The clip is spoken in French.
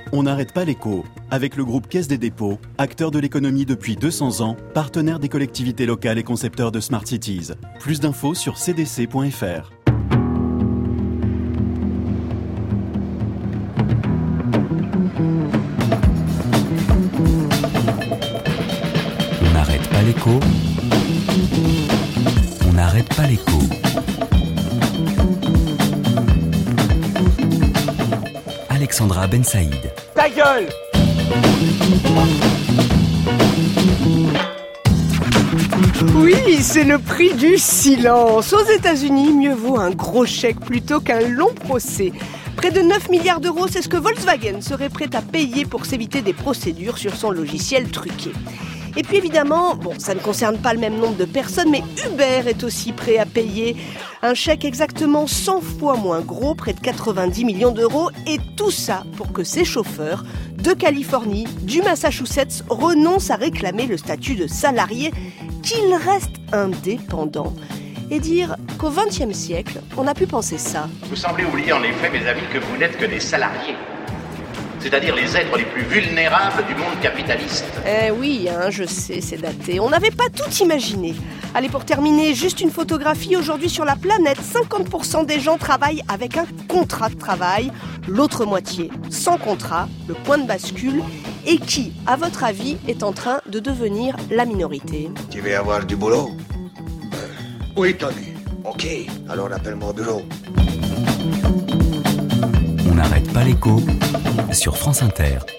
On n'arrête pas l'écho. Avec le groupe Caisse des Dépôts, acteur de l'économie depuis 200 ans, partenaire des collectivités locales et concepteur de Smart Cities. Plus d'infos sur cdc.fr. On n'arrête pas l'écho. On n'arrête pas l'écho. Alexandra Ben Saïd. Ta gueule! Oui, c'est le prix du silence. Aux États-Unis, mieux vaut un gros chèque plutôt qu'un long procès. Près de 9 milliards d'euros, c'est ce que Volkswagen serait prêt à payer pour s'éviter des procédures sur son logiciel truqué. Et puis évidemment, ça ne concerne pas le même nombre de personnes, mais Uber est aussi prêt à payer un chèque exactement 100 fois moins gros, près de 90 millions d'euros, et tout ça pour que ces chauffeurs de Californie, du Massachusetts, renoncent à réclamer le statut de salarié, qu'ils restent indépendants. Et dire qu'au XXe siècle, on a pu penser ça. Vous semblez oublier en effet, mes amis, que vous n'êtes que des salariés. C'est-à-dire les êtres les plus vulnérables du monde capitaliste. Oui, je sais, c'est daté. On n'avait pas tout imaginé. Allez, pour terminer, juste une photographie. Aujourd'hui sur la planète, 50% des gens travaillent avec un contrat de travail. L'autre moitié, sans contrat, le point de bascule. Et qui, à votre avis, est en train de devenir la minorité? Tu veux avoir du boulot? Oui, Tony. Ok, alors appelle-moi au bureau. On n'arrête pas l'écho sur France Inter.